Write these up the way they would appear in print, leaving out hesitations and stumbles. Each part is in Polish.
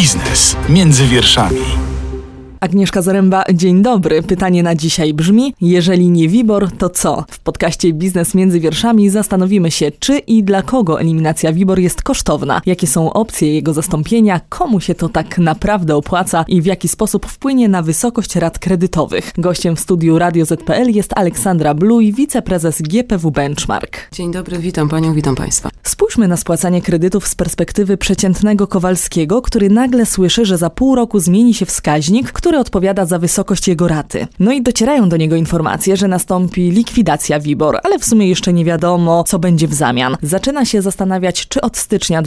Biznes między wierszami. Agnieszka Zaręba, dzień dobry. Pytanie na dzisiaj brzmi: jeżeli nie WIBOR, to co? W podcaście Biznes między wierszami zastanowimy się, czy i dla kogo eliminacja WIBOR jest kosztowna, jakie są opcje jego zastąpienia, komu się to tak naprawdę opłaca i w jaki sposób wpłynie na wysokość rat kredytowych. Gościem w studiu Radio ZPL jest Aleksandra Bluj, wiceprezes GPW Benchmark. Dzień dobry, witam panią, witam państwa. Spójrzmy na spłacanie kredytów z perspektywy przeciętnego Kowalskiego, który nagle słyszy, że za pół roku zmieni się wskaźnik, który odpowiada za wysokość jego raty. No i docierają do niego informacje, że nastąpi likwidacja WIBOR, ale w sumie jeszcze nie wiadomo, co będzie w zamian. Zaczyna się zastanawiać, czy od stycznia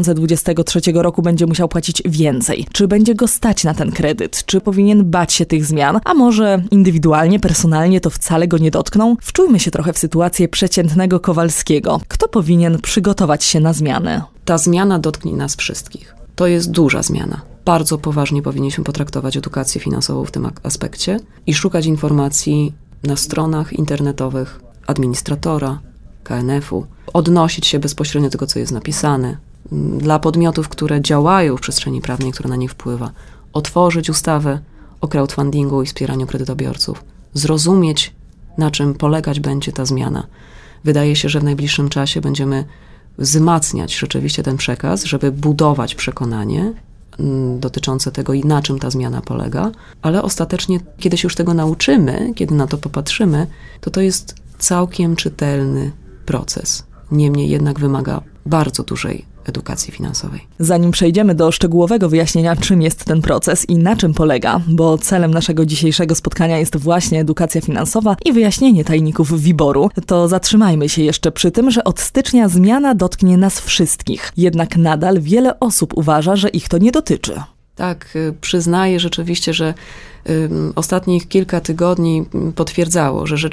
2023 roku będzie musiał płacić więcej, czy będzie go stać na ten kredyt, czy powinien bać się tych zmian, a może indywidualnie, personalnie to wcale go nie dotkną. Wczujmy się trochę w sytuację przeciętnego Kowalskiego. Kto powinien przygotować się na zmianę? Ta zmiana dotknie nas wszystkich. To jest duża zmiana. Bardzo poważnie powinniśmy potraktować edukację finansową w tym aspekcie i szukać informacji na stronach internetowych administratora, KNF-u, odnosić się bezpośrednio do tego, co jest napisane. Dla podmiotów, które działają w przestrzeni prawnej, która na nich wpływa, otworzyć ustawę o crowdfundingu i wspieraniu kredytobiorców, zrozumieć, na czym polegać będzie ta zmiana. Wydaje się, że w najbliższym czasie będziemy wzmacniać rzeczywiście ten przekaz, żeby budować przekonanie dotyczące tego, i na czym ta zmiana polega, ale ostatecznie, kiedy się już tego nauczymy, kiedy na to popatrzymy, to jest całkiem czytelny proces. Niemniej jednak wymaga bardzo dużej edukacji finansowej. Zanim przejdziemy do szczegółowego wyjaśnienia, czym jest ten proces i na czym polega, bo celem naszego dzisiejszego spotkania jest właśnie edukacja finansowa i wyjaśnienie tajników WIBOR-u, to zatrzymajmy się jeszcze przy tym, że od stycznia zmiana dotknie nas wszystkich. Jednak nadal wiele osób uważa, że ich to nie dotyczy. Tak, przyznaję rzeczywiście, że ostatnich kilka tygodni potwierdzało, że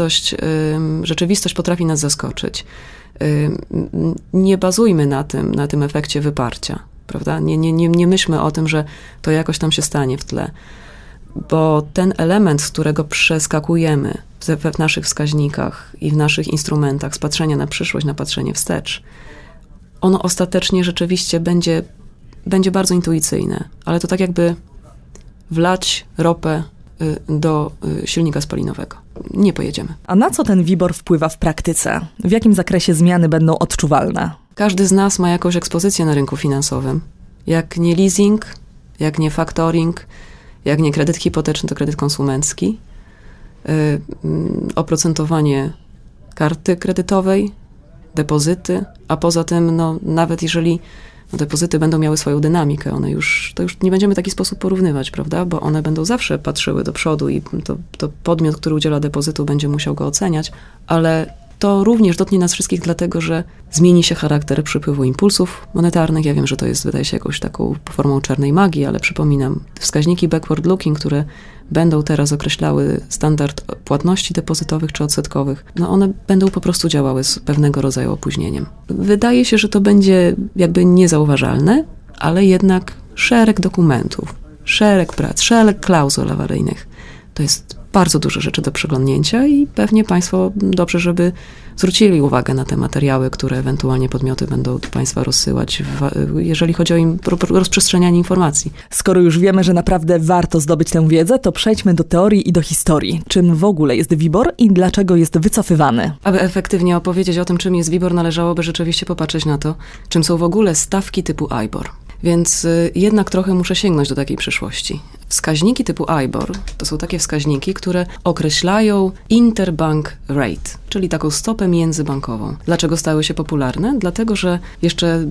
rzeczywistość potrafi nas zaskoczyć. Nie bazujmy na tym efekcie wyparcia, prawda? Nie myślmy o tym, że to jakoś tam się stanie w tle, bo ten element, z którego przeskakujemy w naszych wskaźnikach i w naszych instrumentach z patrzenia na przyszłość, na patrzenie wstecz, ono ostatecznie rzeczywiście będzie bardzo intuicyjne, ale to tak jakby wlać ropę do silnika spalinowego. Nie pojedziemy. A na co ten WIBOR wpływa w praktyce? W jakim zakresie zmiany będą odczuwalne? Każdy z nas ma jakąś ekspozycję na rynku finansowym. Jak nie leasing, jak nie factoring, jak nie kredyt hipoteczny, to kredyt konsumencki. Oprocentowanie karty kredytowej, depozyty, a poza tym nawet jeżeli depozyty będą miały swoją dynamikę, to już nie będziemy w taki sposób porównywać, prawda? Bo one będą zawsze patrzyły do przodu i to podmiot, który udziela depozytu, będzie musiał go oceniać, ale to również dotknie nas wszystkich dlatego, że zmieni się charakter przepływu impulsów monetarnych. Ja wiem, że to wydaje się jakąś taką formą czarnej magii, ale przypominam, wskaźniki backward looking, które będą teraz określały standard płatności depozytowych czy odsetkowych, one będą po prostu działały z pewnego rodzaju opóźnieniem. Wydaje się, że to będzie jakby niezauważalne, ale jednak szereg dokumentów, szereg prac, szereg klauzul awaryjnych. To jest bardzo dużo rzeczy do przeglądnięcia i pewnie państwo dobrze, żeby zwrócili uwagę na te materiały, które ewentualnie podmioty będą do państwa rozsyłać, jeżeli chodzi o rozprzestrzenianie informacji. Skoro już wiemy, że naprawdę warto zdobyć tę wiedzę, to przejdźmy do teorii i do historii. Czym w ogóle jest WIBOR i dlaczego jest wycofywany? Aby efektywnie opowiedzieć o tym, czym jest WIBOR, należałoby rzeczywiście popatrzeć na to, czym są w ogóle stawki typu IBOR. Więc jednak trochę muszę sięgnąć do takiej przyszłości. Wskaźniki typu IBOR to są takie wskaźniki, które określają interbank rate, czyli taką stopę międzybankową. Dlaczego stały się popularne? Dlatego, że jeszcze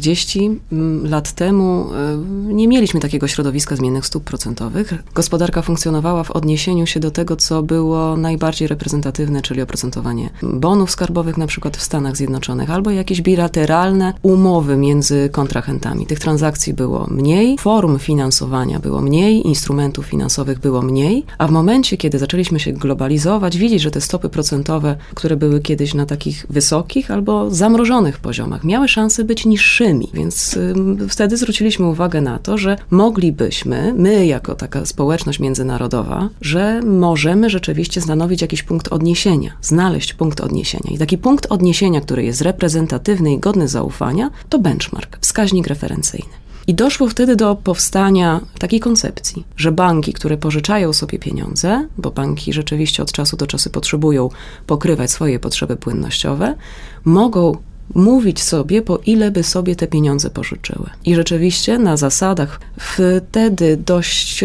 40 lat temu nie mieliśmy takiego środowiska zmiennych stóp procentowych. Gospodarka funkcjonowała w odniesieniu się do tego, co było najbardziej reprezentatywne, czyli oprocentowanie bonów skarbowych na przykład w Stanach Zjednoczonych, albo jakieś bilateralne umowy między kontrahentami. Tych transakcji było mniej, form finansowania było mniej, instrumentów finansowych było mniej, a w momencie, kiedy zaczęliśmy się globalizować, widzieć, że te stopy procentowe, które były kiedyś na takich wysokich albo zamrożonych poziomach, miały szansę być niższymi, więc wtedy zwróciliśmy uwagę na to, że moglibyśmy, my jako taka społeczność międzynarodowa, że możemy rzeczywiście stanowić jakiś punkt odniesienia, znaleźć punkt odniesienia. I taki punkt odniesienia, który jest reprezentatywny i godny zaufania, to benchmark, wskaźnik referencyjny. I doszło wtedy do powstania takiej koncepcji, że banki, które pożyczają sobie pieniądze, bo banki rzeczywiście od czasu do czasu potrzebują pokrywać swoje potrzeby płynnościowe, mogą mówić sobie, po ile by sobie te pieniądze pożyczyły. I rzeczywiście na zasadach wtedy dość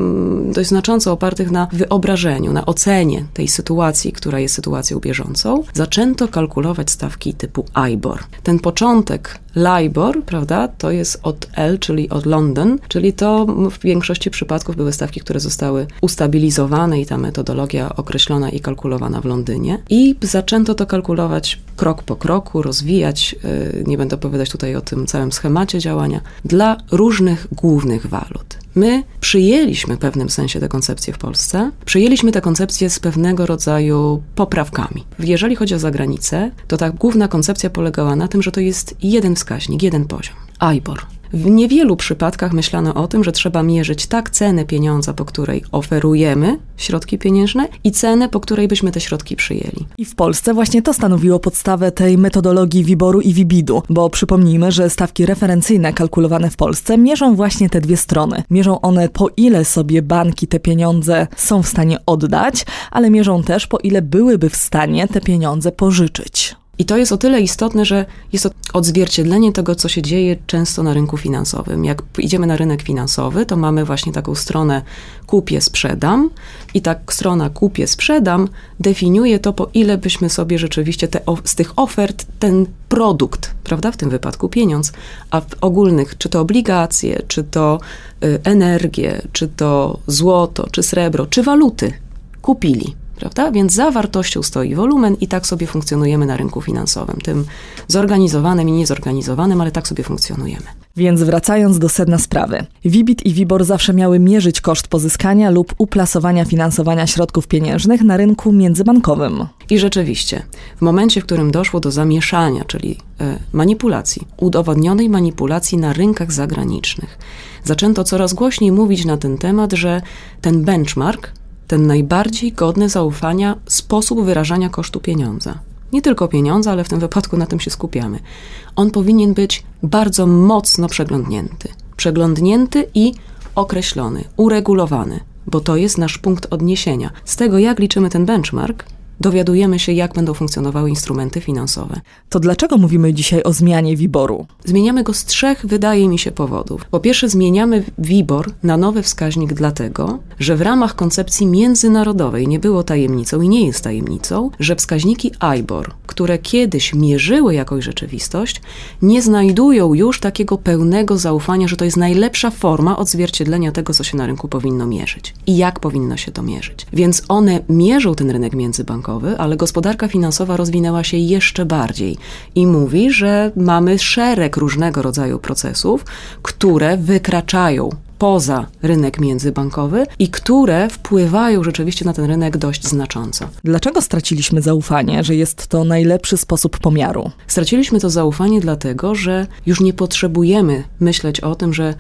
znacząco opartych na wyobrażeniu, na ocenie tej sytuacji, która jest sytuacją bieżącą, zaczęto kalkulować stawki typu IBOR. Ten początek LIBOR, prawda, to jest od L, czyli od London, czyli to w większości przypadków były stawki, które zostały ustabilizowane i ta metodologia określona i kalkulowana w Londynie. I zaczęto to kalkulować krok po kroku, rozwijać, nie będę opowiadać tutaj o tym całym schemacie działania, dla różnych głównych walut. My przyjęliśmy w pewnym sensie tę koncepcję w Polsce. Przyjęliśmy tę koncepcję z pewnego rodzaju poprawkami. Jeżeli chodzi o zagranicę, to ta główna koncepcja polegała na tym, że to jest jeden wskaźnik, jeden poziom. IBOR. W niewielu przypadkach myślano o tym, że trzeba mierzyć tak cenę pieniądza, po której oferujemy środki pieniężne i cenę, po której byśmy te środki przyjęli. I w Polsce właśnie to stanowiło podstawę tej metodologii WIBOR-u i WIBID-u, bo przypomnijmy, że stawki referencyjne kalkulowane w Polsce mierzą właśnie te dwie strony. Mierzą one, po ile sobie banki te pieniądze są w stanie oddać, ale mierzą też, po ile byłyby w stanie te pieniądze pożyczyć. I to jest o tyle istotne, że jest to odzwierciedlenie tego, co się dzieje często na rynku finansowym. Jak idziemy na rynek finansowy, to mamy właśnie taką stronę kupię, sprzedam i ta strona kupię, sprzedam definiuje to, po ile byśmy sobie rzeczywiście z tych ofert ten produkt, prawda, w tym wypadku pieniądz, a w ogólnych, czy to obligacje, czy to energię, czy to złoto, czy srebro, czy waluty kupili. Prawda? Więc za wartością stoi wolumen i tak sobie funkcjonujemy na rynku finansowym, tym zorganizowanym i niezorganizowanym, ale tak sobie funkcjonujemy. Więc wracając do sedna sprawy. WIBID i WIBOR zawsze miały mierzyć koszt pozyskania lub uplasowania finansowania środków pieniężnych na rynku międzybankowym. I rzeczywiście, w momencie, w którym doszło do zamieszania, czyli manipulacji, udowodnionej manipulacji na rynkach zagranicznych, zaczęto coraz głośniej mówić na ten temat, że ten benchmark, ten najbardziej godny zaufania sposób wyrażania kosztu pieniądza. Nie tylko pieniądza, ale w tym wypadku na tym się skupiamy. On powinien być bardzo mocno przeglądnięty. Przeglądnięty i określony, uregulowany, bo to jest nasz punkt odniesienia. Z tego, jak liczymy ten benchmark, dowiadujemy się, jak będą funkcjonowały instrumenty finansowe. To dlaczego mówimy dzisiaj o zmianie WIBOR-u? Zmieniamy go z 3, wydaje mi się, powodów. Po pierwsze, zmieniamy WIBOR na nowy wskaźnik dlatego, że w ramach koncepcji międzynarodowej nie było tajemnicą i nie jest tajemnicą, że wskaźniki IBOR, które kiedyś mierzyły jakąś rzeczywistość, nie znajdują już takiego pełnego zaufania, że to jest najlepsza forma odzwierciedlenia tego, co się na rynku powinno mierzyć i jak powinno się to mierzyć. Więc one mierzą ten rynek międzybankowy, ale gospodarka finansowa rozwinęła się jeszcze bardziej i mówi, że mamy szereg różnego rodzaju procesów, które wykraczają poza rynek międzybankowy i które wpływają rzeczywiście na ten rynek dość znacząco. Dlaczego straciliśmy zaufanie, że jest to najlepszy sposób pomiaru? Straciliśmy to zaufanie dlatego, że już nie potrzebujemy myśleć o tym, że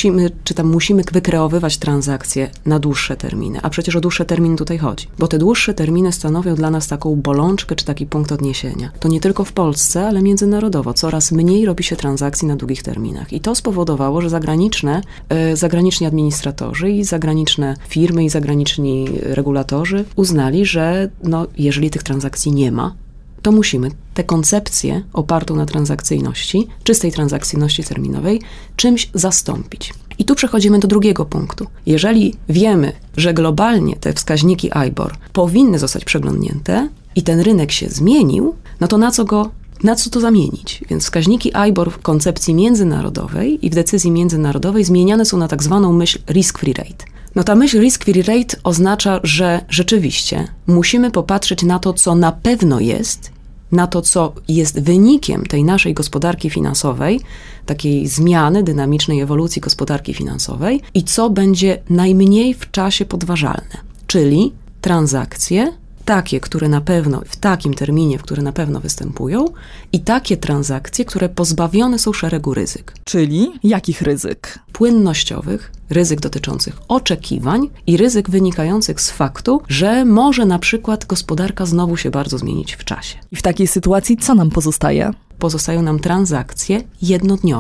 musimy wykreowywać transakcje na dłuższe terminy. A przecież o dłuższe terminy tutaj chodzi. Bo te dłuższe terminy stanowią dla nas taką bolączkę czy taki punkt odniesienia. To nie tylko w Polsce, ale międzynarodowo. Coraz mniej robi się transakcji na długich terminach. I to spowodowało, że zagraniczni administratorzy i zagraniczne firmy i zagraniczni regulatorzy uznali, że jeżeli tych transakcji nie ma, to musimy tę koncepcję opartą na transakcyjności, czystej transakcyjności terminowej, czymś zastąpić. I tu przechodzimy do drugiego punktu. Jeżeli wiemy, że globalnie te wskaźniki IBOR powinny zostać przeglądnięte i ten rynek się zmienił, no to na co to zamienić? Więc wskaźniki IBOR w koncepcji międzynarodowej i w decyzji międzynarodowej zmieniane są na tak zwaną myśl risk-free rate. Ta myśl risk-free rate oznacza, że rzeczywiście musimy popatrzeć na to, co na pewno jest, na to, co jest wynikiem tej naszej gospodarki finansowej, takiej zmiany, dynamicznej ewolucji gospodarki finansowej i co będzie najmniej w czasie podważalne, czyli transakcje, takie, które na pewno w takim terminie, w które na pewno występują i takie transakcje, które pozbawione są szeregu ryzyk. Czyli jakich ryzyk? Płynnościowych, ryzyk dotyczących oczekiwań i ryzyk wynikających z faktu, że może na przykład gospodarka znowu się bardzo zmienić w czasie. I w takiej sytuacji co nam pozostaje? Pozostają nam transakcje jednodniowe.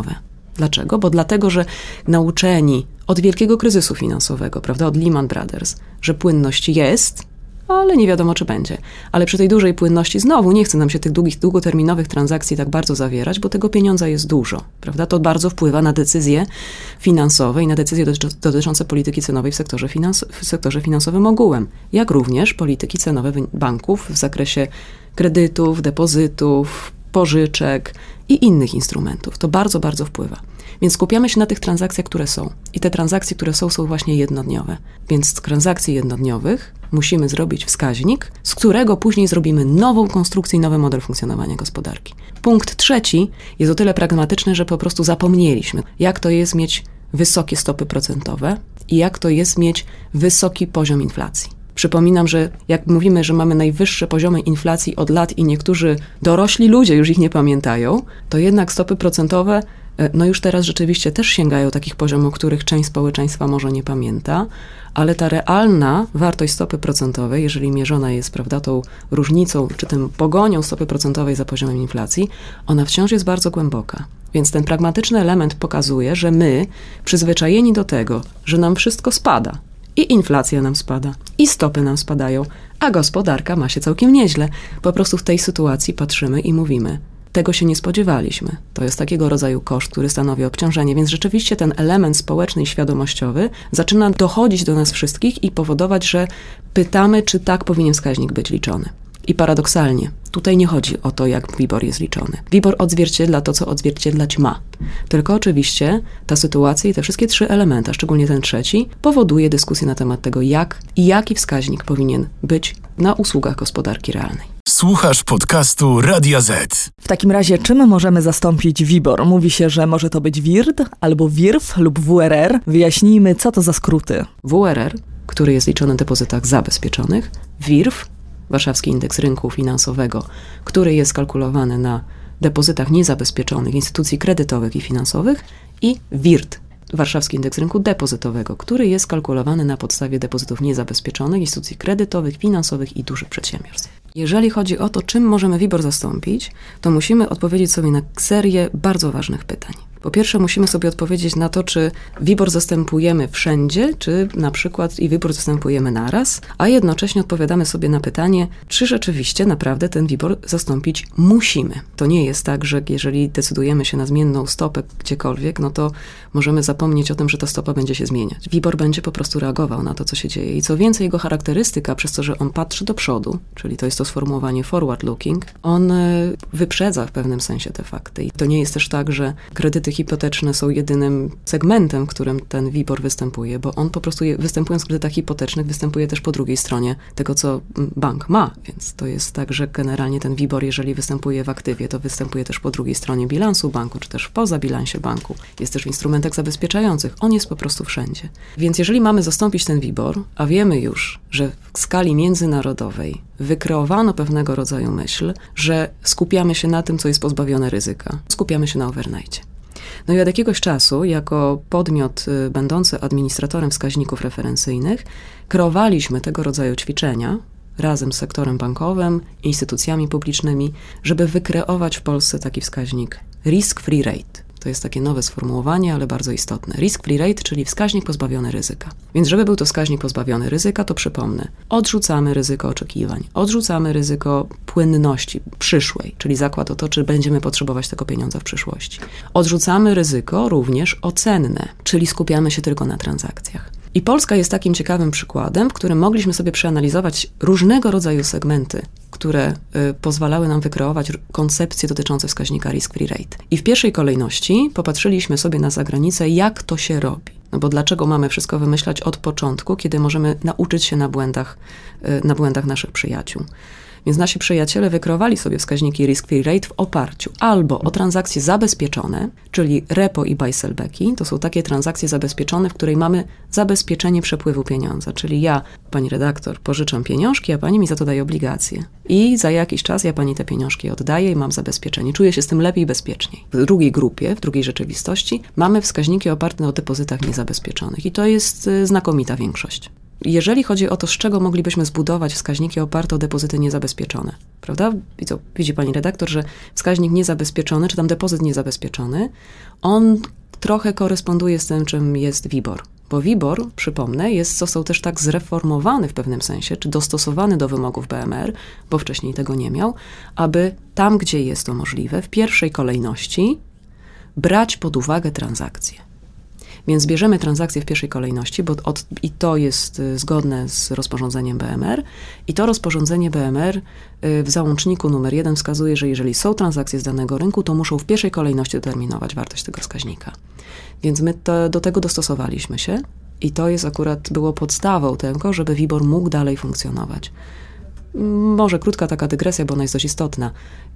Dlaczego? Bo dlatego, że nauczeni od wielkiego kryzysu finansowego, prawda, od Lehman Brothers, że płynność jest, ale nie wiadomo, czy będzie. Ale przy tej dużej płynności znowu nie chce nam się tych długoterminowych transakcji tak bardzo zawierać, bo tego pieniądza jest dużo, prawda? To bardzo wpływa na decyzje finansowe i na decyzje dotyczące polityki cenowej w sektorze finansowym ogółem, jak również polityki cenowe banków w zakresie kredytów, depozytów, pożyczek i innych instrumentów. To bardzo, bardzo wpływa. Więc skupiamy się na tych transakcjach, które są. I te transakcje, które są właśnie jednodniowe. Więc z transakcji jednodniowych musimy zrobić wskaźnik, z którego później zrobimy nową konstrukcję i nowy model funkcjonowania gospodarki. Punkt trzeci jest o tyle pragmatyczny, że po prostu zapomnieliśmy, jak to jest mieć wysokie stopy procentowe i jak to jest mieć wysoki poziom inflacji. Przypominam, że jak mówimy, że mamy najwyższe poziomy inflacji od lat i niektórzy dorośli ludzie już ich nie pamiętają, to jednak stopy procentowe no już teraz rzeczywiście też sięgają takich poziomów, których część społeczeństwa może nie pamięta, ale ta realna wartość stopy procentowej, jeżeli mierzona jest, prawda, tą różnicą, czy tym pogonią stopy procentowej za poziomem inflacji, ona wciąż jest bardzo głęboka. Więc ten pragmatyczny element pokazuje, że my, przyzwyczajeni do tego, że nam wszystko spada, i inflacja nam spada, i stopy nam spadają, a gospodarka ma się całkiem nieźle. Po prostu w tej sytuacji patrzymy i mówimy, tego się nie spodziewaliśmy. To jest takiego rodzaju koszt, który stanowi obciążenie, więc rzeczywiście ten element społeczny i świadomościowy zaczyna dochodzić do nas wszystkich i powodować, że pytamy, czy tak powinien wskaźnik być liczony. I paradoksalnie, tutaj nie chodzi o to, jak WIBOR jest liczony. WIBOR odzwierciedla to, co odzwierciedlać ma. Tylko oczywiście ta sytuacja i te wszystkie trzy elementy, a szczególnie ten trzeci, powoduje dyskusję na temat tego, jak i jaki wskaźnik powinien być na usługach gospodarki realnej. Słuchasz podcastu Radia Z. W takim razie czym możemy zastąpić WIBOR? Mówi się, że może to być WIRD albo WIRF lub WRR. Wyjaśnijmy, co to za skróty. WRR, który jest liczony na depozytach zabezpieczonych, WIRF, Warszawski Indeks Rynku Finansowego, który jest kalkulowany na depozytach niezabezpieczonych instytucji kredytowych i finansowych, i WIRD, Warszawski Indeks Rynku Depozytowego, który jest kalkulowany na podstawie depozytów niezabezpieczonych instytucji kredytowych, finansowych i dużych przedsiębiorstw. Jeżeli chodzi o to, czym możemy WIBOR zastąpić, to musimy odpowiedzieć sobie na serię bardzo ważnych pytań. Po pierwsze, musimy sobie odpowiedzieć na to, czy WIBOR zastępujemy wszędzie, czy na przykład i WIBOR zastępujemy naraz, a jednocześnie odpowiadamy sobie na pytanie, czy rzeczywiście naprawdę ten WIBOR zastąpić musimy. To nie jest tak, że jeżeli decydujemy się na zmienną stopę gdziekolwiek, no to możemy zapomnieć o tym, że ta stopa będzie się zmieniać. WIBOR będzie po prostu reagował na to, co się dzieje. I co więcej, jego charakterystyka, przez to, że on patrzy do przodu, czyli to jest to sformułowanie forward looking, on wyprzedza w pewnym sensie te fakty. I to nie jest też tak, że kredyty hipoteczne są jedynym segmentem, w którym ten WIBOR występuje, bo on po prostu występując w kredytach hipotecznych, występuje też po drugiej stronie tego, co bank ma. Więc to jest tak, że generalnie ten WIBOR, jeżeli występuje w aktywie, to występuje też po drugiej stronie bilansu banku, czy też poza bilansie banku. Jest też w instrumentach zabezpieczających. On jest po prostu wszędzie. Więc jeżeli mamy zastąpić ten WIBOR, a wiemy już, że w skali międzynarodowej wykreowano pewnego rodzaju myśl, że skupiamy się na tym, co jest pozbawione ryzyka. Skupiamy się na overnight'cie. No i od jakiegoś czasu, jako podmiot będący administratorem wskaźników referencyjnych, kreowaliśmy tego rodzaju ćwiczenia razem z sektorem bankowym, instytucjami publicznymi, żeby wykreować w Polsce taki wskaźnik risk-free rate. To jest takie nowe sformułowanie, ale bardzo istotne. Risk-free rate, czyli wskaźnik pozbawiony ryzyka. Więc żeby był to wskaźnik pozbawiony ryzyka, to przypomnę, odrzucamy ryzyko oczekiwań, odrzucamy ryzyko płynności przyszłej, czyli zakład o to, czy będziemy potrzebować tego pieniądza w przyszłości. Odrzucamy ryzyko również ocenne, czyli skupiamy się tylko na transakcjach. I Polska jest takim ciekawym przykładem, w którym mogliśmy sobie przeanalizować różnego rodzaju segmenty, które pozwalały nam wykreować koncepcje dotyczące wskaźnika risk-free rate. I w pierwszej kolejności popatrzyliśmy sobie na zagranicę, jak to się robi. No bo dlaczego mamy wszystko wymyślać od początku, kiedy możemy nauczyć się na błędach naszych przyjaciół. Więc nasi przyjaciele wykreowali sobie wskaźniki risk-free rate w oparciu albo o transakcje zabezpieczone, czyli repo i buy-sell-backi. To są takie transakcje zabezpieczone, w której mamy zabezpieczenie przepływu pieniądza. Czyli ja, pani redaktor, pożyczam pieniążki, a pani mi za to daje obligacje. I za jakiś czas ja pani te pieniążki oddaję i mam zabezpieczenie. Czuję się z tym lepiej i bezpieczniej. W drugiej grupie, w drugiej rzeczywistości mamy wskaźniki oparte na depozytach niezabezpieczonych. I to jest znakomita większość. Jeżeli chodzi o to, z czego moglibyśmy zbudować wskaźniki oparte o depozyty niezabezpieczone, prawda? I co, widzi pani redaktor, że wskaźnik niezabezpieczony, czy tam depozyt niezabezpieczony, on trochę koresponduje z tym, czym jest WIBOR. Bo WIBOR, przypomnę, został też tak zreformowany w pewnym sensie, czy dostosowany do wymogów BMR, bo wcześniej tego nie miał, aby tam, gdzie jest to możliwe, w pierwszej kolejności brać pod uwagę transakcje. Więc bierzemy transakcje w pierwszej kolejności, i to jest zgodne z rozporządzeniem BMR. I to rozporządzenie BMR w załączniku numer 1 wskazuje, że jeżeli są transakcje z danego rynku, to muszą w pierwszej kolejności determinować wartość tego wskaźnika. Więc my do tego dostosowaliśmy się i to było podstawą tego, żeby WIBOR mógł dalej funkcjonować. Może krótka taka dygresja, bo ona jest dość istotna.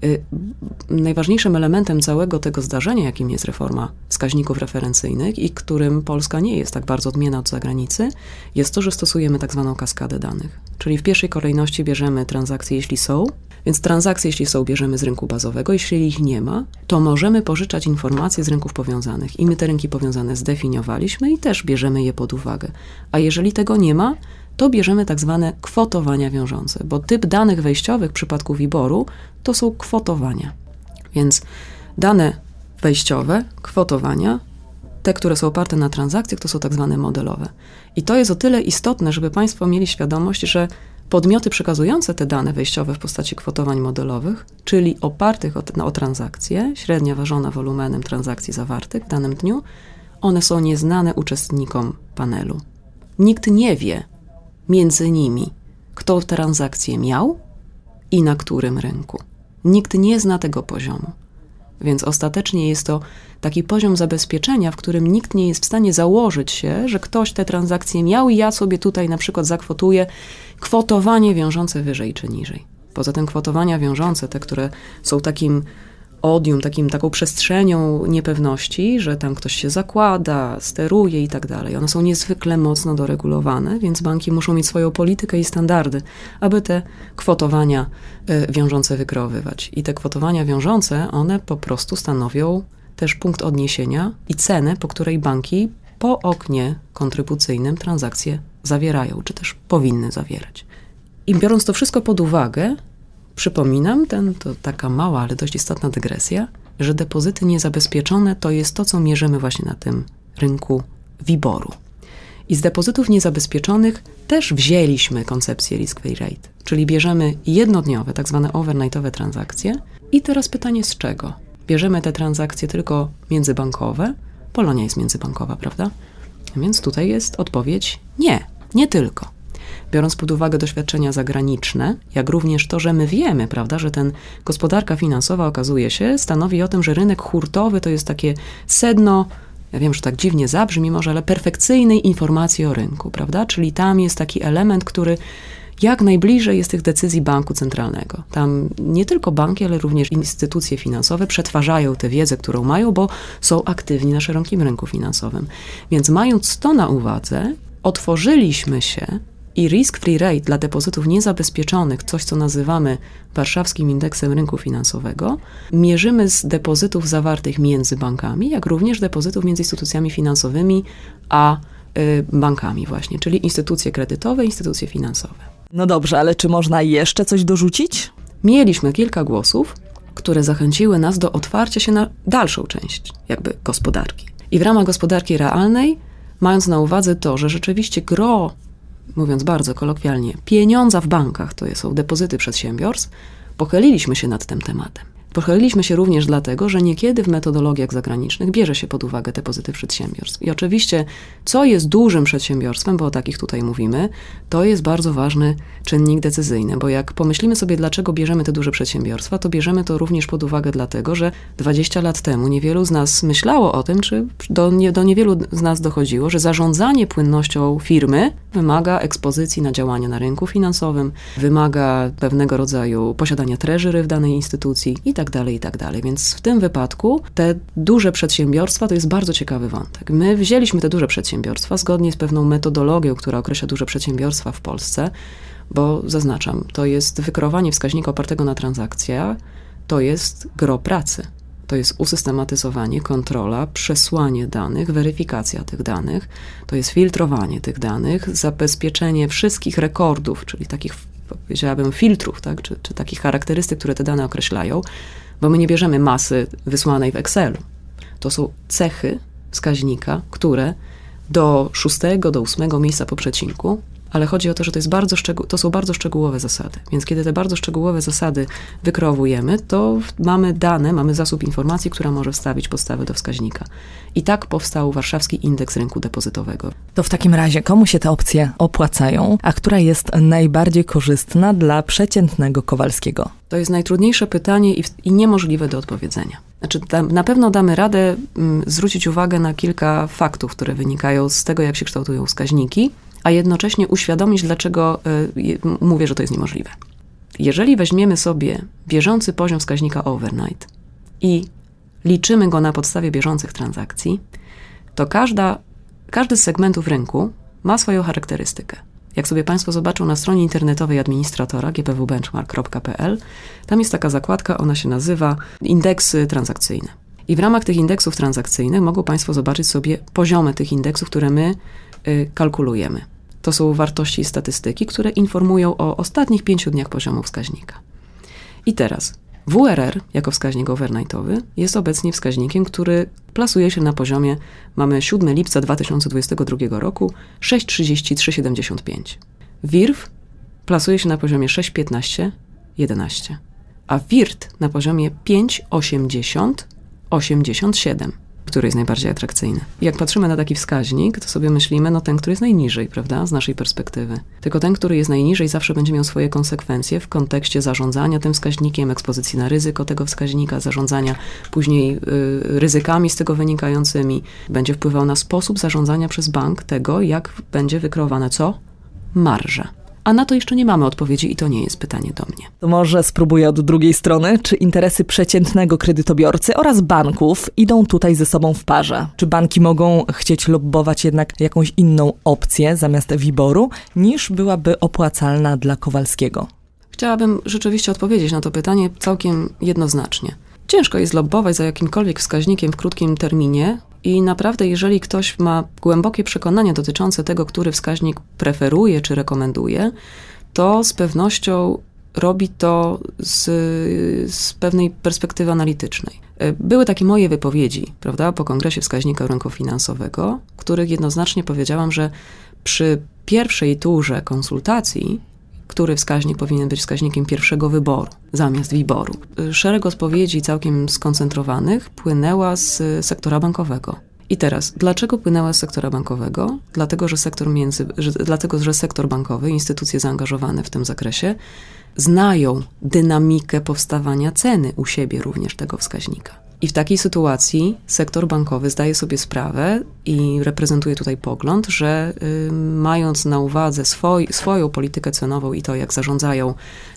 Najważniejszym elementem całego tego zdarzenia, jakim jest reforma wskaźników referencyjnych i którym Polska nie jest tak bardzo odmienna od zagranicy, jest to, że stosujemy tak zwaną kaskadę danych. Czyli w pierwszej kolejności bierzemy transakcje, jeśli są, więc transakcje, jeśli są, bierzemy z rynku bazowego. Jeśli ich nie ma, to możemy pożyczać informacje z rynków powiązanych. I my te rynki powiązane zdefiniowaliśmy i też bierzemy je pod uwagę. A jeżeli tego nie ma, to bierzemy tak zwane kwotowania wiążące, bo typ danych wejściowych w przypadku WIBOR-u to są kwotowania. Więc dane wejściowe, kwotowania, te, które są oparte na transakcjach, to są tak zwane modelowe. I to jest o tyle istotne, żeby Państwo mieli świadomość, że podmioty przekazujące te dane wejściowe w postaci kwotowań modelowych, czyli opartych o transakcje, średnia ważona wolumenem transakcji zawartych w danym dniu, one są nieznane uczestnikom panelu. Nikt nie wie między nimi, kto transakcję miał i na którym rynku. Nikt nie zna tego poziomu. Więc ostatecznie jest to taki poziom zabezpieczenia, w którym nikt nie jest w stanie założyć się, że ktoś te transakcje miał i ja sobie tutaj na przykład zakwotuję kwotowanie wiążące wyżej czy niżej. Poza tym kwotowania wiążące, te, które są takim odium, taką przestrzenią niepewności, że tam ktoś się zakłada, steruje i tak dalej. One są niezwykle mocno doregulowane, więc banki muszą mieć swoją politykę i standardy, aby te kwotowania wiążące wykreowywać. I te kwotowania wiążące, one po prostu stanowią też punkt odniesienia i cenę, po której banki po oknie kontrybucyjnym transakcje zawierają, czy też powinny zawierać. I biorąc to wszystko pod uwagę, przypominam, to taka mała, ale dość istotna dygresja, że depozyty niezabezpieczone to jest to, co mierzymy właśnie na tym rynku WIBOR-u. I z depozytów niezabezpieczonych też wzięliśmy koncepcję risk-free rate, czyli bierzemy jednodniowe, tak zwane overnightowe transakcje. I teraz pytanie z czego? Bierzemy te transakcje tylko międzybankowe? Polonia jest międzybankowa, prawda? Więc tutaj jest odpowiedź nie tylko. Biorąc pod uwagę doświadczenia zagraniczne, jak również to, że my wiemy, prawda, że gospodarka finansowa, okazuje się, stanowi o tym, że rynek hurtowy to jest takie sedno, ja wiem, że tak dziwnie zabrzmi może, ale perfekcyjnej informacji o rynku, prawda? Czyli tam jest taki element, który jak najbliżej jest tych decyzji banku centralnego. Tam nie tylko banki, ale również instytucje finansowe przetwarzają tę wiedzę, którą mają, bo są aktywni na szerokim rynku finansowym. Więc mając to na uwadze, otworzyliśmy się i risk-free rate dla depozytów niezabezpieczonych, coś co nazywamy warszawskim indeksem rynku finansowego, mierzymy z depozytów zawartych między bankami, jak również depozytów między instytucjami finansowymi a bankami właśnie, czyli instytucje kredytowe, instytucje finansowe. No dobrze, ale czy można jeszcze coś dorzucić? Mieliśmy kilka głosów, które zachęciły nas do otwarcia się na dalszą część jakby gospodarki. I w ramach gospodarki realnej, mając na uwadze to, że rzeczywiście gro, mówiąc bardzo kolokwialnie, pieniądza w bankach, to są depozyty przedsiębiorstw, pochyliliśmy się nad tym tematem. Pochyliliśmy się również dlatego, że niekiedy w metodologiach zagranicznych bierze się pod uwagę depozyty przedsiębiorstw. I oczywiście, co jest dużym przedsiębiorstwem, bo o takich tutaj mówimy, to jest bardzo ważny czynnik decyzyjny, bo jak pomyślimy sobie, dlaczego bierzemy te duże przedsiębiorstwa, to bierzemy to również pod uwagę dlatego, że 20 lat temu niewielu z nas myślało o tym, czy do niewielu z nas dochodziło, że zarządzanie płynnością firmy wymaga ekspozycji na działania na rynku finansowym, wymaga pewnego rodzaju posiadania treasury w danej instytucji i tak dalej. Więc w tym wypadku te duże przedsiębiorstwa to jest bardzo ciekawy wątek. My wzięliśmy te duże przedsiębiorstwa zgodnie z pewną metodologią, która określa duże przedsiębiorstwa w Polsce, bo zaznaczam, to jest wykreowanie wskaźnika opartego na transakcjach, to jest gro pracy. To jest usystematyzowanie, kontrola, przesłanie danych, weryfikacja tych danych, to jest filtrowanie tych danych, zabezpieczenie wszystkich rekordów, czyli takich, powiedziałabym, filtrów, tak? czy takich charakterystyk, które te dane określają, bo my nie bierzemy masy wysłanej w Excelu. To są cechy wskaźnika, które do 6., do 8. miejsca po przecinku, ale chodzi o to, że to są bardzo szczegółowe zasady. Więc kiedy te bardzo szczegółowe zasady wykreowujemy, to mamy zasób informacji, która może wstawić podstawę do wskaźnika. I tak powstał Warszawski Indeks Rynku Depozytowego. To w takim razie komu się te opcje opłacają, a która jest najbardziej korzystna dla przeciętnego Kowalskiego? To jest najtrudniejsze pytanie i niemożliwe do odpowiedzenia. Znaczy, na pewno damy radę zwrócić uwagę na kilka faktów, które wynikają z tego, jak się kształtują wskaźniki, a jednocześnie uświadomić, dlaczego mówię, że to jest niemożliwe. Jeżeli weźmiemy sobie bieżący poziom wskaźnika overnight i liczymy go na podstawie bieżących transakcji, to każdy z segmentów rynku ma swoją charakterystykę. Jak sobie Państwo zobaczą na stronie internetowej administratora gpwbenchmark.pl, tam jest taka zakładka, ona się nazywa indeksy transakcyjne. I w ramach tych indeksów transakcyjnych mogą Państwo zobaczyć sobie poziomy tych indeksów, które my kalkulujemy. To są wartości i statystyki, które informują o ostatnich 5 dniach poziomu wskaźnika. I teraz WRR jako wskaźnik overnightowy jest obecnie wskaźnikiem, który plasuje się na poziomie, mamy 7 lipca 2022 roku, 6,3375. WIRW plasuje się na poziomie 6,1511, a WIRT na poziomie 5,8087. Który jest najbardziej atrakcyjny. I jak patrzymy na taki wskaźnik, to sobie myślimy, ten, który jest najniżej, prawda, z naszej perspektywy. Tylko ten, który jest najniżej, zawsze będzie miał swoje konsekwencje w kontekście zarządzania tym wskaźnikiem, ekspozycji na ryzyko tego wskaźnika, zarządzania później ryzykami z tego wynikającymi. Będzie wpływał na sposób zarządzania przez bank tego, jak będzie wykreowane co? Marża. A na to jeszcze nie mamy odpowiedzi i to nie jest pytanie do mnie. To może spróbuję od drugiej strony. Czy interesy przeciętnego kredytobiorcy oraz banków idą tutaj ze sobą w parze? Czy banki mogą chcieć lobbować jednak jakąś inną opcję zamiast WIBOR-u, niż byłaby opłacalna dla Kowalskiego? Chciałabym rzeczywiście odpowiedzieć na to pytanie całkiem jednoznacznie. Ciężko jest lobbować za jakimkolwiek wskaźnikiem w krótkim terminie i naprawdę, jeżeli ktoś ma głębokie przekonania dotyczące tego, który wskaźnik preferuje czy rekomenduje, to z pewnością robi to z pewnej perspektywy analitycznej. Były takie moje wypowiedzi, prawda, po kongresie wskaźnika rynku finansowego, w których jednoznacznie powiedziałam, że przy pierwszej turze konsultacji, który wskaźnik powinien być wskaźnikiem pierwszego wyboru zamiast WIBOR-u. Szereg odpowiedzi całkiem skoncentrowanych płynęła z sektora bankowego. I teraz, dlaczego płynęła z sektora bankowego? Dlatego, że sektor bankowy, instytucje zaangażowane w tym zakresie znają dynamikę powstawania ceny u siebie również tego wskaźnika. I w takiej sytuacji sektor bankowy zdaje sobie sprawę i reprezentuje tutaj pogląd, że mając na uwadze swoją politykę cenową i to, jak zarządzają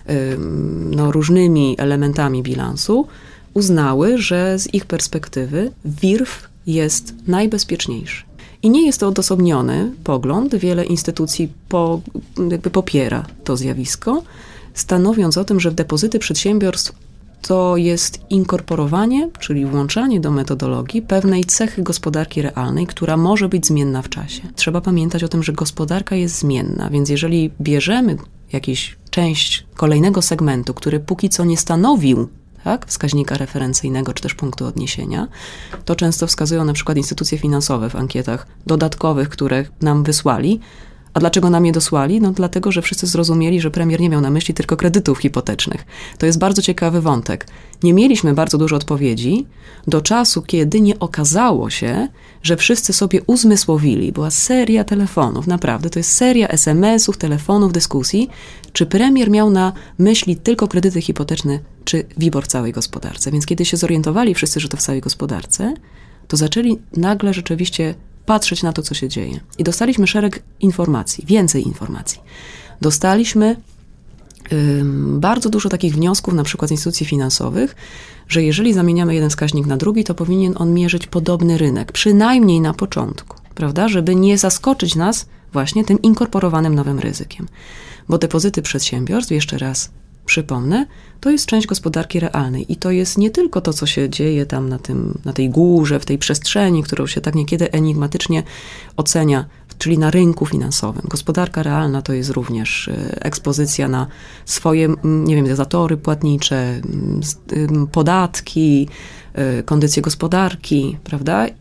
różnymi elementami bilansu, uznały, że z ich perspektywy WIRW jest najbezpieczniejszy. I nie jest to odosobniony pogląd. Wiele instytucji popiera to zjawisko, stanowiąc o tym, że depozyty przedsiębiorstw to jest inkorporowanie, czyli włączanie do metodologii pewnej cechy gospodarki realnej, która może być zmienna w czasie. Trzeba pamiętać o tym, że gospodarka jest zmienna, więc jeżeli bierzemy jakąś część kolejnego segmentu, który póki co nie stanowił wskaźnika referencyjnego czy też punktu odniesienia, to często wskazują na przykład instytucje finansowe w ankietach dodatkowych, które nam wysłali. A dlaczego nam je dosłali? Dlatego, że wszyscy zrozumieli, że premier nie miał na myśli tylko kredytów hipotecznych. To jest bardzo ciekawy wątek. Nie mieliśmy bardzo dużo odpowiedzi do czasu, kiedy nie okazało się, że wszyscy sobie uzmysłowili. Była seria telefonów, naprawdę, to jest seria SMS-ów, telefonów, dyskusji, czy premier miał na myśli tylko kredyty hipoteczne, czy WIBOR w całej gospodarce. Więc kiedy się zorientowali wszyscy, że to w całej gospodarce, to zaczęli nagle rzeczywiście patrzeć na to, co się dzieje. I dostaliśmy szereg informacji, więcej informacji. Dostaliśmy bardzo dużo takich wniosków, na przykład z instytucji finansowych, że jeżeli zamieniamy jeden wskaźnik na drugi, to powinien on mierzyć podobny rynek, przynajmniej na początku, prawda, żeby nie zaskoczyć nas właśnie tym inkorporowanym nowym ryzykiem. Bo depozyty przedsiębiorstw, jeszcze raz przypomnę, to jest część gospodarki realnej i to jest nie tylko to, co się dzieje tam na tej górze, w tej przestrzeni, którą się tak niekiedy enigmatycznie ocenia, czyli na rynku finansowym. Gospodarka realna to jest również ekspozycja na swoje, zatory płatnicze, podatki, kondycję gospodarki, prawda? I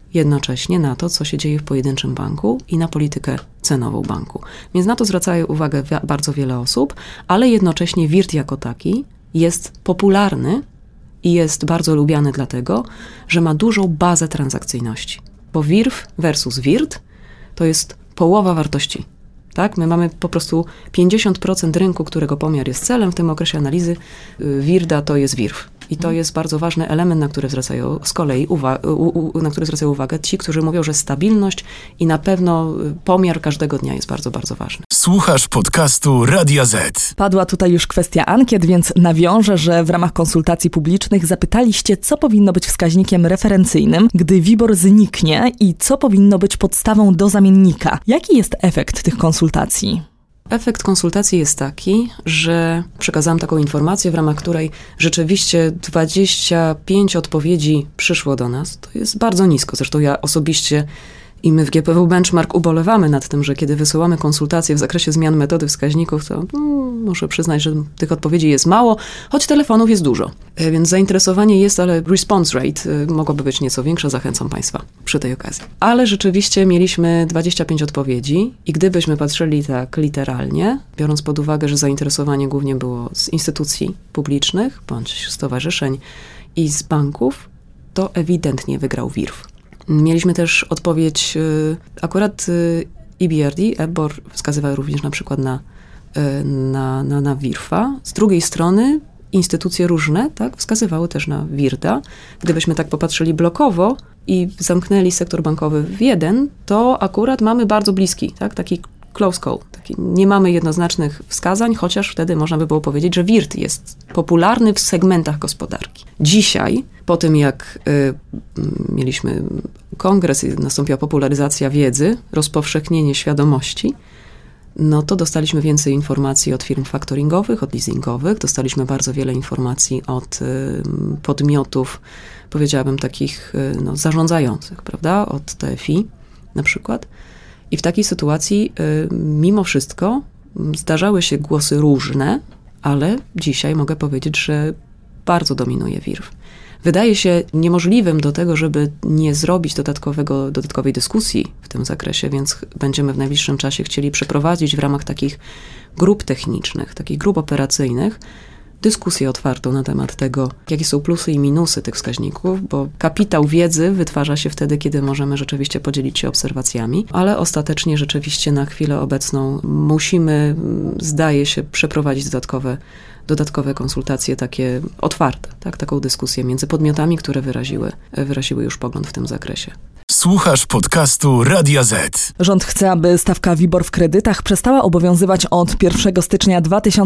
jednocześnie na to, co się dzieje w pojedynczym banku i na politykę cenową banku. Więc na to zwracają uwagę bardzo wiele osób, ale jednocześnie WIRT jako taki jest popularny i jest bardzo lubiany dlatego, że ma dużą bazę transakcyjności. Bo WIRF versus WIRT to jest połowa wartości. Tak? My mamy po prostu 50% rynku, którego pomiar jest celem w tym okresie analizy. WIRDA to jest WIRF. I to jest bardzo ważny element, na który zwracają z kolei na który zwracają uwagę ci, którzy mówią, że stabilność i na pewno pomiar każdego dnia jest bardzo, bardzo ważny. Słuchasz podcastu Radia Z. Padła tutaj już kwestia ankiet, więc nawiążę, że w ramach konsultacji publicznych zapytaliście, co powinno być wskaźnikiem referencyjnym, gdy WIBOR zniknie i co powinno być podstawą do zamiennika. Jaki jest efekt tych konsultacji? Efekt konsultacji jest taki, że przekazałam taką informację, w ramach której rzeczywiście 25 odpowiedzi przyszło do nas. To jest bardzo nisko. Zresztą ja osobiście i my w GPW Benchmark ubolewamy nad tym, że kiedy wysyłamy konsultacje w zakresie zmian metody wskaźników, to muszę przyznać, że tych odpowiedzi jest mało, choć telefonów jest dużo. Więc zainteresowanie jest, ale response rate mogłoby być nieco większe. Zachęcam Państwa przy tej okazji. Ale rzeczywiście mieliśmy 25 odpowiedzi i gdybyśmy patrzyli tak literalnie, biorąc pod uwagę, że zainteresowanie głównie było z instytucji publicznych, bądź stowarzyszeń i z banków, to ewidentnie wygrał WIRF. Mieliśmy też odpowiedź, akurat EBRD, EBOR wskazywał również na przykład na WIRF-a. Z drugiej strony instytucje różne wskazywały też na WIRD-a. Gdybyśmy tak popatrzyli blokowo i zamknęli sektor bankowy w jeden, to akurat mamy bardzo bliski, taki close call. Nie mamy jednoznacznych wskazań, chociaż wtedy można by było powiedzieć, że WIRD jest popularny w segmentach gospodarki. Dzisiaj, po tym jak mieliśmy kongres i nastąpiła popularyzacja wiedzy, rozpowszechnienie świadomości, no to dostaliśmy więcej informacji od firm faktoringowych, od leasingowych, dostaliśmy bardzo wiele informacji od podmiotów, powiedziałabym takich zarządzających, prawda, od TFI na przykład. I w takiej sytuacji mimo wszystko zdarzały się głosy różne, ale dzisiaj mogę powiedzieć, że bardzo dominuje WIRF. Wydaje się niemożliwym do tego, żeby nie zrobić dodatkowej dyskusji w tym zakresie, więc będziemy w najbliższym czasie chcieli przeprowadzić w ramach takich grup technicznych, takich grup operacyjnych, dyskusję otwartą na temat tego, jakie są plusy i minusy tych wskaźników, bo kapitał wiedzy wytwarza się wtedy, kiedy możemy rzeczywiście podzielić się obserwacjami, ale ostatecznie rzeczywiście na chwilę obecną musimy, zdaje się, przeprowadzić dodatkowe konsultacje takie otwarte, taką dyskusję między podmiotami, które wyraziły już pogląd w tym zakresie. Słuchasz podcastu Radia Z. Rząd chce, aby stawka WIBOR w kredytach przestała obowiązywać od 1 stycznia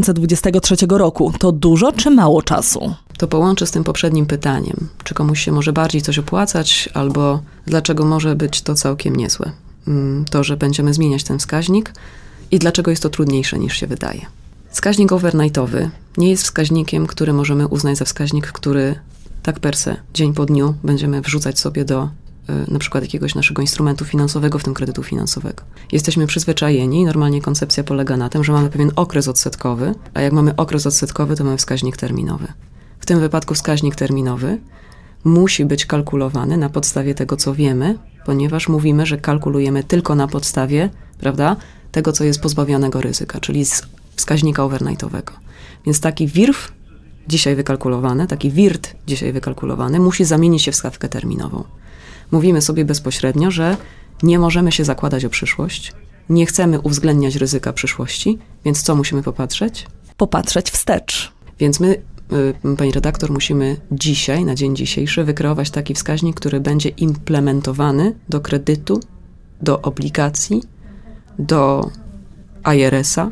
2023 roku. To dużo czy mało czasu? To połączę z tym poprzednim pytaniem. Czy komuś się może bardziej coś opłacać, albo dlaczego może być to całkiem niezłe? To, że będziemy zmieniać ten wskaźnik i dlaczego jest to trudniejsze niż się wydaje. Wskaźnik overnightowy nie jest wskaźnikiem, który możemy uznać za wskaźnik, który tak per se, dzień po dniu będziemy wrzucać sobie do na przykład jakiegoś naszego instrumentu finansowego, w tym kredytu finansowego. Jesteśmy przyzwyczajeni, normalnie koncepcja polega na tym, że mamy pewien okres odsetkowy, a jak mamy okres odsetkowy, to mamy wskaźnik terminowy. W tym wypadku wskaźnik terminowy musi być kalkulowany na podstawie tego, co wiemy, ponieważ mówimy, że kalkulujemy tylko na podstawie, prawda, tego, co jest pozbawionego ryzyka, czyli z wskaźnika overnightowego. Więc taki WIRF dzisiaj wykalkulowany, taki WIRD dzisiaj wykalkulowany musi zamienić się w stawkę terminową. Mówimy sobie bezpośrednio, że nie możemy się zakładać o przyszłość, nie chcemy uwzględniać ryzyka przyszłości, więc co musimy popatrzeć? Popatrzeć wstecz. Więc my, pani redaktor, musimy dzisiaj, na dzień dzisiejszy, wykreować taki wskaźnik, który będzie implementowany do kredytu, do obligacji, do IRS-a,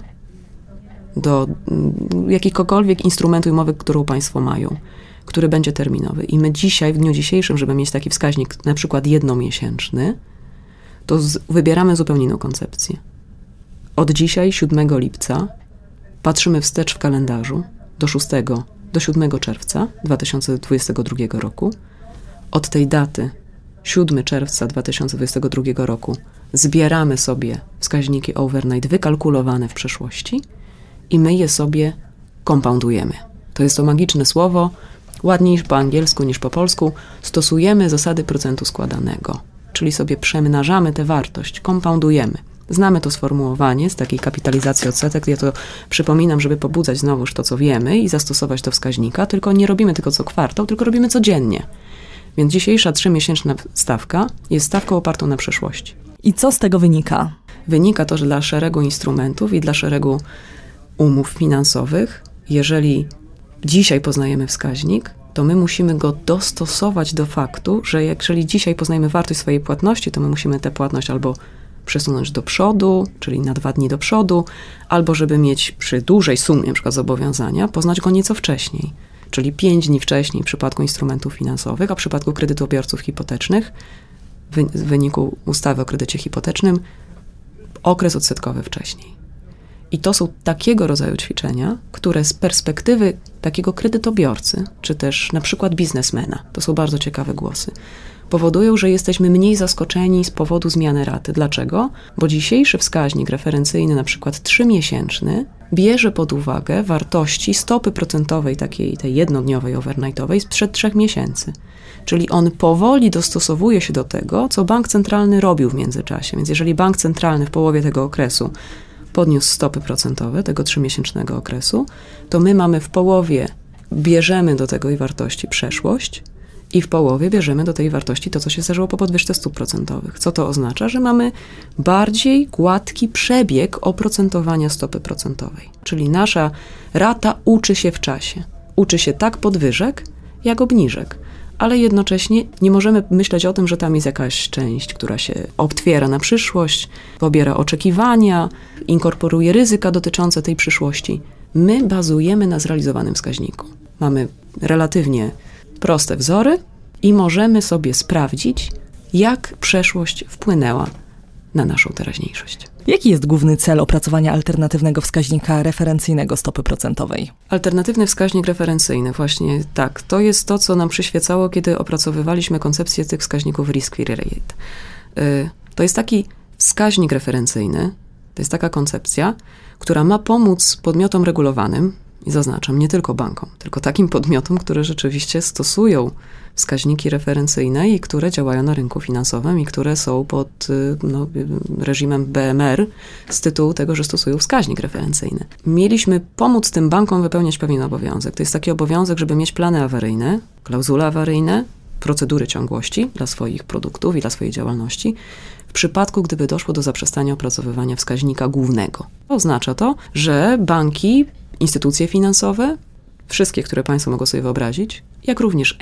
do jakiegokolwiek instrumentu umowy, którą państwo mają, który będzie terminowy. I my dzisiaj, w dniu dzisiejszym, żeby mieć taki wskaźnik na przykład jednomiesięczny, to wybieramy zupełnie inną koncepcję. Od dzisiaj, 7 lipca, patrzymy wstecz w kalendarzu do 7 czerwca 2022 roku. Od tej daty, 7 czerwca 2022 roku, zbieramy sobie wskaźniki overnight wykalkulowane w przeszłości i my je sobie kompoundujemy. To jest to magiczne słowo, ładniej po angielsku niż po polsku. Stosujemy zasady procentu składanego. czyli sobie przemnażamy tę wartość, kompoundujemy. Znamy to sformułowanie z takiej kapitalizacji odsetek. Ja to przypominam, żeby pobudzać znowuż to, co wiemy i zastosować do wskaźnika, tylko nie robimy tego co kwartał, tylko robimy codziennie. Więc dzisiejsza 3-miesięczna stawka jest stawką opartą na przeszłości. I co z tego wynika? Wynika to, że dla szeregu instrumentów i dla szeregu umów finansowych, jeżeli dzisiaj poznajemy wskaźnik, to my musimy go dostosować do faktu, że jeżeli dzisiaj poznajemy wartość swojej płatności, to my musimy tę płatność albo przesunąć do przodu, czyli na 2 dni do przodu, albo żeby mieć przy dużej sumie, na przykład zobowiązania, poznać go nieco wcześniej, czyli 5 dni wcześniej w przypadku instrumentów finansowych, a w przypadku kredytobiorców hipotecznych, w wyniku ustawy o kredycie hipotecznym, okres odsetkowy wcześniej. I to są takiego rodzaju ćwiczenia, które z perspektywy takiego kredytobiorcy, czy też na przykład biznesmena, to są bardzo ciekawe głosy, powodują, że jesteśmy mniej zaskoczeni z powodu zmiany raty. Dlaczego? Bo dzisiejszy wskaźnik referencyjny, na przykład 3-miesięczny, bierze pod uwagę wartości stopy procentowej, tej jednodniowej, overnightowej, sprzed 3 miesięcy. Czyli on powoli dostosowuje się do tego, co bank centralny robił w międzyczasie. Więc jeżeli bank centralny w połowie tego okresu podniósł stopy procentowe, tego 3-miesięcznego okresu, to my mamy w połowie, bierzemy do tej wartości przeszłość i w połowie bierzemy do tej wartości to, co się zdarzyło po podwyżce stóp procentowych. Co to oznacza? Że mamy bardziej gładki przebieg oprocentowania stopy procentowej. Czyli nasza rata uczy się w czasie. Uczy się tak podwyżek, jak obniżek. Ale jednocześnie nie możemy myśleć o tym, że tam jest jakaś część, która się otwiera na przyszłość, pobiera oczekiwania, inkorporuje ryzyka dotyczące tej przyszłości. My bazujemy na zrealizowanym wskaźniku. Mamy relatywnie proste wzory i możemy sobie sprawdzić, jak przeszłość wpłynęła na naszą teraźniejszość. Jaki jest główny cel opracowania alternatywnego wskaźnika referencyjnego stopy procentowej? Alternatywny wskaźnik referencyjny, właśnie tak. To jest to, co nam przyświecało, kiedy opracowywaliśmy koncepcję tych wskaźników risk-free rate. To jest taki wskaźnik referencyjny, to jest taka koncepcja, która ma pomóc podmiotom regulowanym, i zaznaczam, nie tylko bankom, tylko takim podmiotom, które rzeczywiście stosują wskaźniki referencyjne i które działają na rynku finansowym i które są pod reżimem BMR z tytułu tego, że stosują wskaźnik referencyjny. Mieliśmy pomóc tym bankom wypełniać pewien obowiązek. To jest taki obowiązek, żeby mieć plany awaryjne, klauzule awaryjne, procedury ciągłości dla swoich produktów i dla swojej działalności, w przypadku, gdyby doszło do zaprzestania opracowywania wskaźnika głównego. Oznacza to, że banki, instytucje finansowe, wszystkie, które Państwo mogą sobie wyobrazić, jak również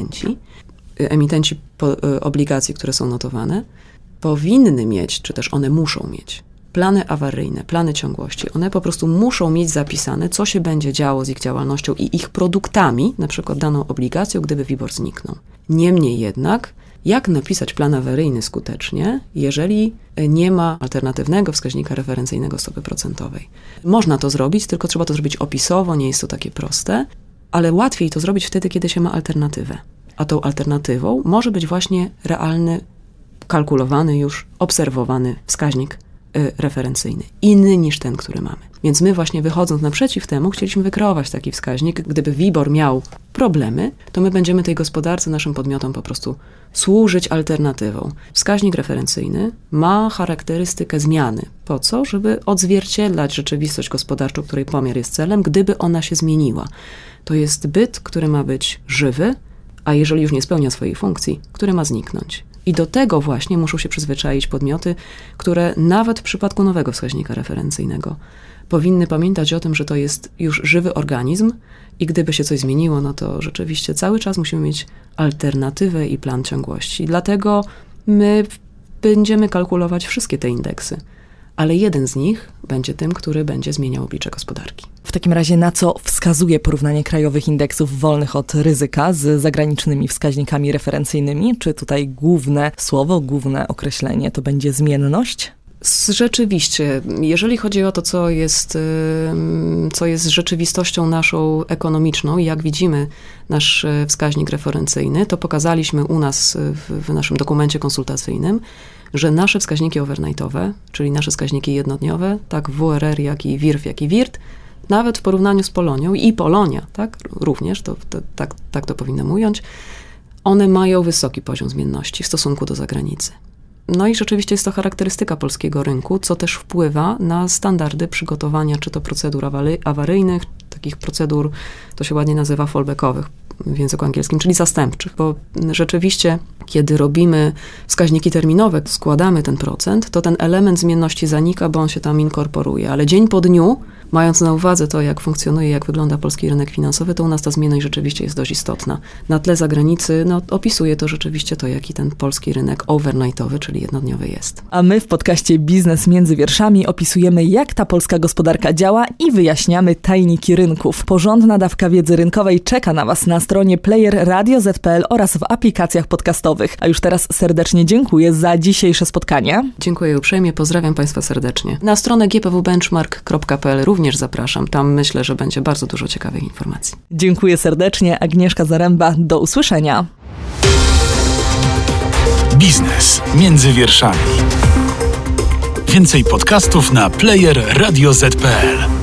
emitenci obligacji, które są notowane, powinny mieć, czy też one muszą mieć plany awaryjne, plany ciągłości. One po prostu muszą mieć zapisane, co się będzie działo z ich działalnością i ich produktami, na przykład daną obligacją, gdyby WIBOR zniknął. Niemniej jednak, jak napisać plan awaryjny skutecznie, jeżeli nie ma alternatywnego wskaźnika referencyjnego stopy procentowej? Można to zrobić, tylko trzeba to zrobić opisowo, nie jest to takie proste, ale łatwiej to zrobić wtedy, kiedy się ma alternatywę. A tą alternatywą może być właśnie realny, kalkulowany już, obserwowany wskaźnik referencyjny, inny niż ten, który mamy. Więc my właśnie wychodząc naprzeciw temu, chcieliśmy wykreować taki wskaźnik. Gdyby WIBOR miał problemy, to my będziemy tej gospodarce, naszym podmiotom po prostu służyć alternatywą. Wskaźnik referencyjny ma charakterystykę zmiany. Po co? Żeby odzwierciedlać rzeczywistość gospodarczą, której pomiar jest celem, gdyby ona się zmieniła. To jest byt, który ma być żywy, a jeżeli już nie spełnia swojej funkcji, który ma zniknąć. I do tego właśnie muszą się przyzwyczaić podmioty, które nawet w przypadku nowego wskaźnika referencyjnego powinny pamiętać o tym, że to jest już żywy organizm i gdyby się coś zmieniło, no to rzeczywiście cały czas musimy mieć alternatywę i plan ciągłości. Dlatego my będziemy kalkulować wszystkie te indeksy, ale jeden z nich będzie tym, który będzie zmieniał oblicze gospodarki. W takim razie na co wskazuje porównanie krajowych indeksów wolnych od ryzyka z zagranicznymi wskaźnikami referencyjnymi? Czy tutaj główne słowo, główne określenie to będzie zmienność? Rzeczywiście, jeżeli chodzi o to, co jest rzeczywistością naszą ekonomiczną i jak widzimy nasz wskaźnik referencyjny, to pokazaliśmy u nas w naszym dokumencie konsultacyjnym, że nasze wskaźniki overnightowe, czyli nasze wskaźniki jednodniowe, tak WRR, jak i WIRF, jak i WIRT, nawet w porównaniu z Polonią i Polonia, tak, również, tak to powinnam ująć, one mają wysoki poziom zmienności w stosunku do zagranicy. No i rzeczywiście jest to charakterystyka polskiego rynku, co też wpływa na standardy przygotowania, czy to procedur awaryjnych, takich procedur, to się ładnie nazywa fallbackowych w języku angielskim, czyli zastępczych, bo rzeczywiście, kiedy robimy wskaźniki terminowe, składamy ten procent, to ten element zmienności zanika, bo on się tam inkorporuje, ale dzień po dniu, mając na uwadze to, jak funkcjonuje, jak wygląda polski rynek finansowy, to u nas ta zmienność rzeczywiście jest dość istotna. Na tle zagranicy opisuje to rzeczywiście to, jaki ten polski rynek overnightowy, czyli jednodniowy jest. A my w podcaście Biznes między wierszami opisujemy, jak ta polska gospodarka działa i wyjaśniamy tajniki rynków. Porządna dawka wiedzy rynkowej czeka na Was na stronie player radio.z.pl oraz w aplikacjach podcastowych. A już teraz serdecznie dziękuję za dzisiejsze spotkanie. Dziękuję uprzejmie, pozdrawiam Państwa serdecznie. Na stronę gpwbenchmark.pl również zapraszam. Tam myślę, że będzie bardzo dużo ciekawych informacji. Dziękuję serdecznie. Agnieszka Zaręba. Do usłyszenia. Biznes między wierszami. Więcej podcastów na player radio.z.pl.